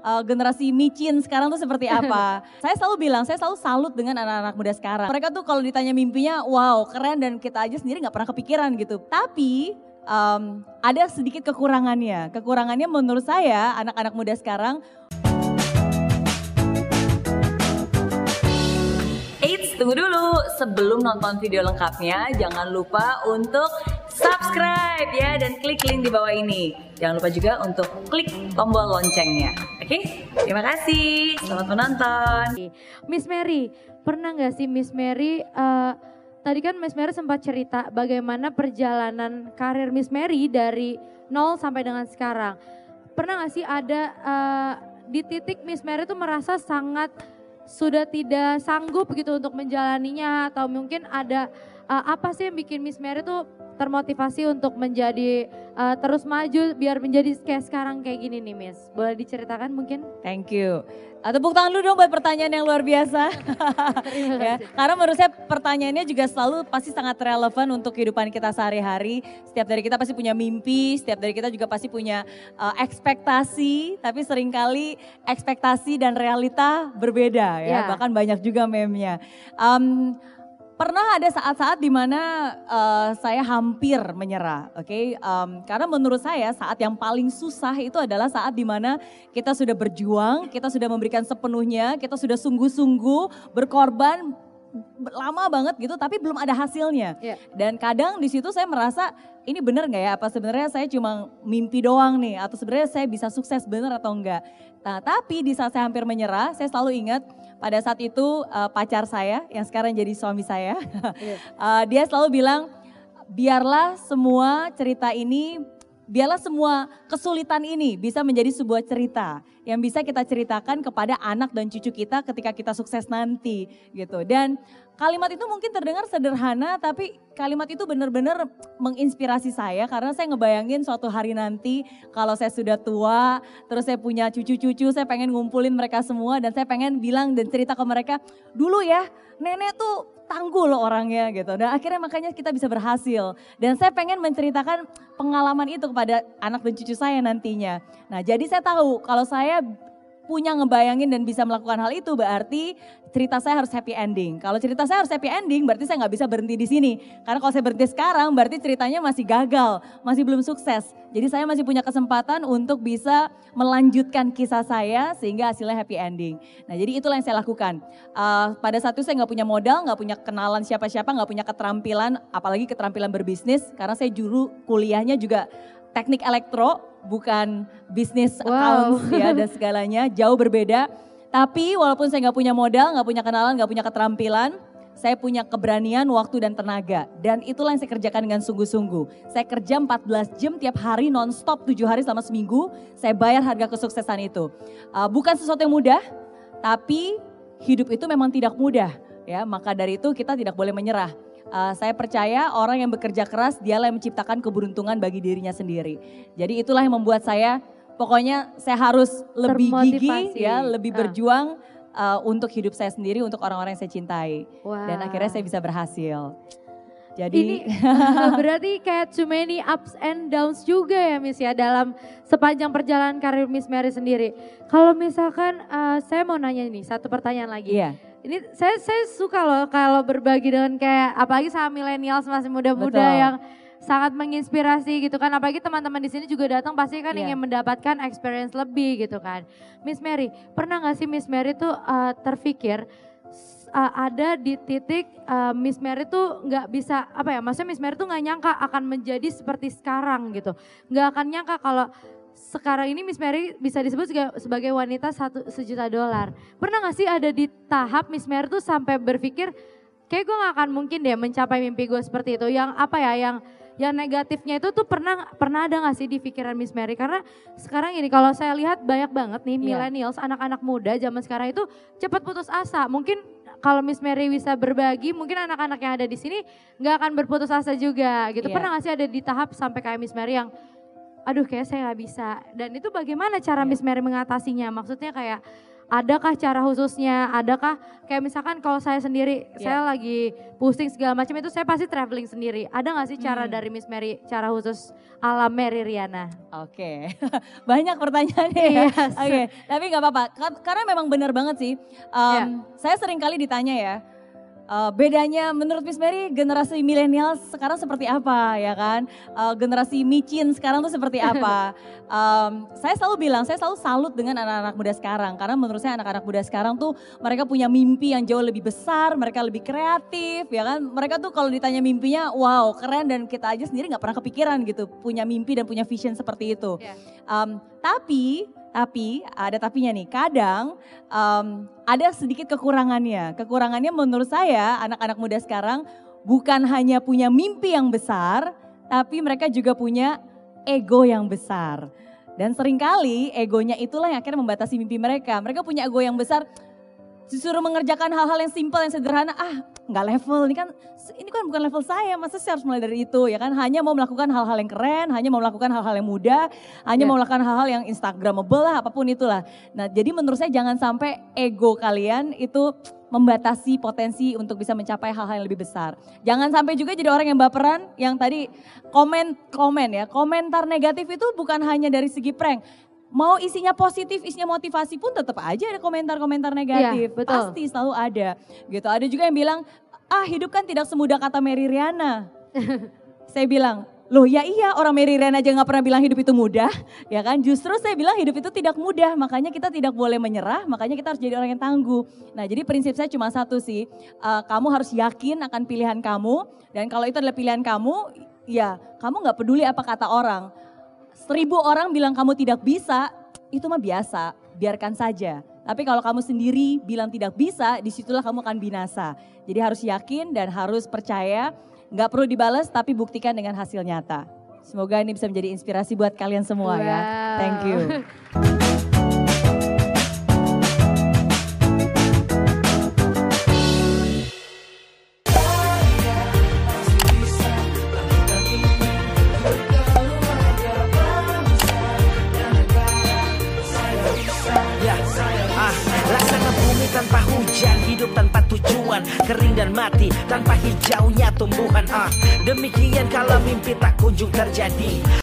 generasi micin sekarang tuh seperti apa. Saya selalu bilang, saya selalu salut dengan anak-anak muda sekarang. Mereka tuh kalau ditanya mimpinya, wow keren dan kita aja sendiri gak pernah kepikiran gitu. Tapi ada sedikit kekurangannya. Kekurangannya menurut saya anak-anak muda sekarang. Eits, tunggu dulu. Sebelum nonton video lengkapnya, jangan lupa untuk subscribe ya dan klik link di bawah ini. Jangan lupa juga untuk klik tombol loncengnya. Oke, terima kasih. Selamat menonton. Miss Mary, pernah nggak sih Miss Mary? Tadi kan Miss Mary sempat cerita bagaimana perjalanan karir Miss Mary dari nol sampai dengan sekarang. Pernah nggak sih ada di titik Miss Mary tuh merasa sangat sudah tidak sanggup gitu untuk menjalaninya, atau mungkin ada apa sih yang bikin Miss Mary tuh termotivasi untuk menjadi terus maju biar menjadi kayak sekarang kayak gini nih Miss? Boleh diceritakan mungkin? Thank you. Tepuk tangan dulu dong buat pertanyaan yang luar biasa. Ya, karena menurut saya pertanyaannya juga selalu pasti sangat relevan untuk kehidupan kita sehari-hari. Setiap dari kita pasti punya mimpi, setiap dari kita juga pasti punya ekspektasi. Tapi seringkali ekspektasi dan realita berbeda ya. Bahkan banyak juga meme-nya. Pernah ada saat-saat di mana saya hampir menyerah, oke? Karena menurut saya saat yang paling susah itu adalah saat di mana kita sudah berjuang, kita sudah memberikan sepenuhnya, kita sudah sungguh-sungguh berkorban lama banget gitu, tapi belum ada hasilnya. Dan kadang di situ saya merasa ini bener nggak ya? Apa sebenarnya saya cuma mimpi doang nih? Atau sebenarnya saya bisa sukses bener atau enggak? Nah, tapi di saat saya hampir menyerah, saya selalu ingat pada saat itu pacar saya yang sekarang jadi suami saya, dia selalu bilang, biarlah semua cerita ini, biarlah semua kesulitan ini bisa menjadi sebuah cerita yang bisa kita ceritakan kepada anak dan cucu kita ketika kita sukses nanti gitu. Dan kalimat itu mungkin terdengar sederhana, tapi kalimat itu benar-benar menginspirasi saya karena saya ngebayangin suatu hari nanti kalau saya sudah tua, terus saya punya cucu-cucu, saya pengen ngumpulin mereka semua dan saya pengen bilang dan cerita ke mereka, dulu ya nenek tuh tangguh loh orangnya gitu. Dan akhirnya makanya kita bisa berhasil. Dan saya pengen menceritakan pengalaman itu kepada anak dan cucu saya nantinya. Nah, jadi saya tahu kalau saya punya ngebayangin dan bisa melakukan hal itu berarti cerita saya harus happy ending. Kalau cerita saya harus happy ending berarti saya nggak bisa berhenti di sini. Karena kalau saya berhenti sekarang berarti ceritanya masih gagal, masih belum sukses. Jadi saya masih punya kesempatan untuk bisa melanjutkan kisah saya sehingga hasilnya happy ending. Nah, jadi itulah yang saya lakukan. Pada saat itu saya nggak punya modal, nggak punya kenalan siapa-siapa, nggak punya keterampilan, apalagi keterampilan berbisnis. Karena saya kuliahnya juga teknik elektro, bukan bisnis account ya dan segalanya, jauh berbeda. Tapi walaupun saya nggak punya modal, nggak punya kenalan, nggak punya keterampilan, saya punya keberanian, waktu dan tenaga. Dan itulah yang saya kerjakan dengan sungguh-sungguh. Saya kerja 14 jam tiap hari non-stop 7 hari selama seminggu, saya bayar harga kesuksesan itu. Bukan sesuatu yang mudah, tapi hidup itu memang tidak mudah. Ya, maka dari itu kita tidak boleh menyerah. Saya percaya orang yang bekerja keras dialah yang menciptakan keberuntungan bagi dirinya sendiri. Jadi itulah yang membuat saya pokoknya saya harus lebih gigih ya, lebih berjuang untuk hidup saya sendiri, untuk orang-orang yang saya cintai. Dan akhirnya saya bisa berhasil. Jadi ini berarti kayak too many ups and downs juga ya Miss ya dalam sepanjang perjalanan karir Miss Mary sendiri. Kalau misalkan saya mau nanya nih satu pertanyaan lagi. Ini saya suka loh kalau berbagi dengan kayak apalagi sama millennials masih muda-muda yang sangat menginspirasi gitu kan. Apalagi teman-teman di sini juga datang pasti kan ingin mendapatkan experience lebih gitu kan. Miss Mary, pernah gak sih Miss Mary tuh terpikir ada di titik Miss Mary tuh nggak bisa apa ya, maksudnya Miss Mary tuh nggak nyangka akan menjadi seperti sekarang gitu. Nggak akan nyangka kalau sekarang ini Miss Mary bisa disebut sebagai wanita $1 juta. Pernah gak sih ada di tahap Miss Mary tuh sampai berpikir kayak gue gak akan mungkin deh mencapai mimpi gue seperti itu. Yang apa ya, yang negatifnya itu tuh pernah ada gak sih di pikiran Miss Mary? Karena sekarang ini kalau saya lihat banyak banget nih millennials, anak-anak muda zaman sekarang itu cepat putus asa. Mungkin kalau Miss Mary bisa berbagi, mungkin anak-anak yang ada di sini gak akan berputus asa juga gitu. Pernah gak sih ada di tahap sampai kayak Miss Mary yang aduh kayak saya gak bisa. Dan itu bagaimana cara Miss Mary mengatasinya? Maksudnya kayak adakah cara khususnya, adakah kayak misalkan kalau saya sendiri, saya lagi pusing segala macam itu saya pasti traveling sendiri. Ada gak sih cara dari Miss Mary, cara khusus ala Mary Riana? Oke, banyak pertanyaannya ya. Oke, tapi gak apa-apa, karena memang benar banget sih. Saya sering kali ditanya ya, bedanya menurut Miss Mary generasi milenial sekarang seperti apa ya kan? Generasi micin sekarang tuh seperti apa? Saya selalu bilang, saya selalu salut dengan anak-anak muda sekarang. Karena menurut saya anak-anak muda sekarang tuh mereka punya mimpi yang jauh lebih besar, mereka lebih kreatif ya kan? Mereka tuh kalau ditanya mimpinya wow keren dan kita aja sendiri gak pernah kepikiran gitu. Punya mimpi dan punya vision seperti itu. Tapi ada tapinya nih, kadang ada sedikit kekurangannya. Kekurangannya menurut saya anak-anak muda sekarang bukan hanya punya mimpi yang besar, tapi mereka juga punya ego yang besar. Dan seringkali egonya itulah yang akhirnya membatasi mimpi mereka. Mereka punya ego yang besar, disuruh mengerjakan hal-hal yang simpel, yang sederhana, nggak level, ini kan bukan level saya, masa saya harus mulai dari itu ya kan, hanya mau melakukan hal-hal yang keren, hanya mau melakukan hal-hal yang mudah, hanya mau melakukan hal-hal yang instagramable lah, apapun itulah. Nah jadi menurut saya jangan sampai ego kalian itu membatasi potensi untuk bisa mencapai hal-hal yang lebih besar. Jangan sampai juga jadi orang yang baperan, yang tadi komentar negatif itu bukan hanya dari segi prank. Mau isinya positif, isinya motivasi pun tetap aja ada komentar-komentar negatif. Betul. Pasti selalu ada gitu. Ada juga yang bilang, hidup kan tidak semudah kata Mary Riana. Saya bilang, loh ya iya orang Mary Riana aja gak pernah bilang hidup itu mudah. Ya kan, justru saya bilang hidup itu tidak mudah. Makanya kita tidak boleh menyerah, makanya kita harus jadi orang yang tangguh. Nah jadi prinsip saya cuma satu sih, kamu harus yakin akan pilihan kamu. Dan kalau itu adalah pilihan kamu, ya kamu gak peduli apa kata orang. 1000 orang bilang kamu tidak bisa, itu mah biasa, biarkan saja. Tapi kalau kamu sendiri bilang tidak bisa, disitulah kamu akan binasa. Jadi harus yakin dan harus percaya, gak perlu dibalas tapi buktikan dengan hasil nyata. Semoga ini bisa menjadi inspirasi buat kalian semua ya. Thank you. Tanpa hujan, hidup tanpa tujuan, kering dan mati tanpa hijaunya tumbuhan. Demikian kalau mimpi tak kunjung terjadi.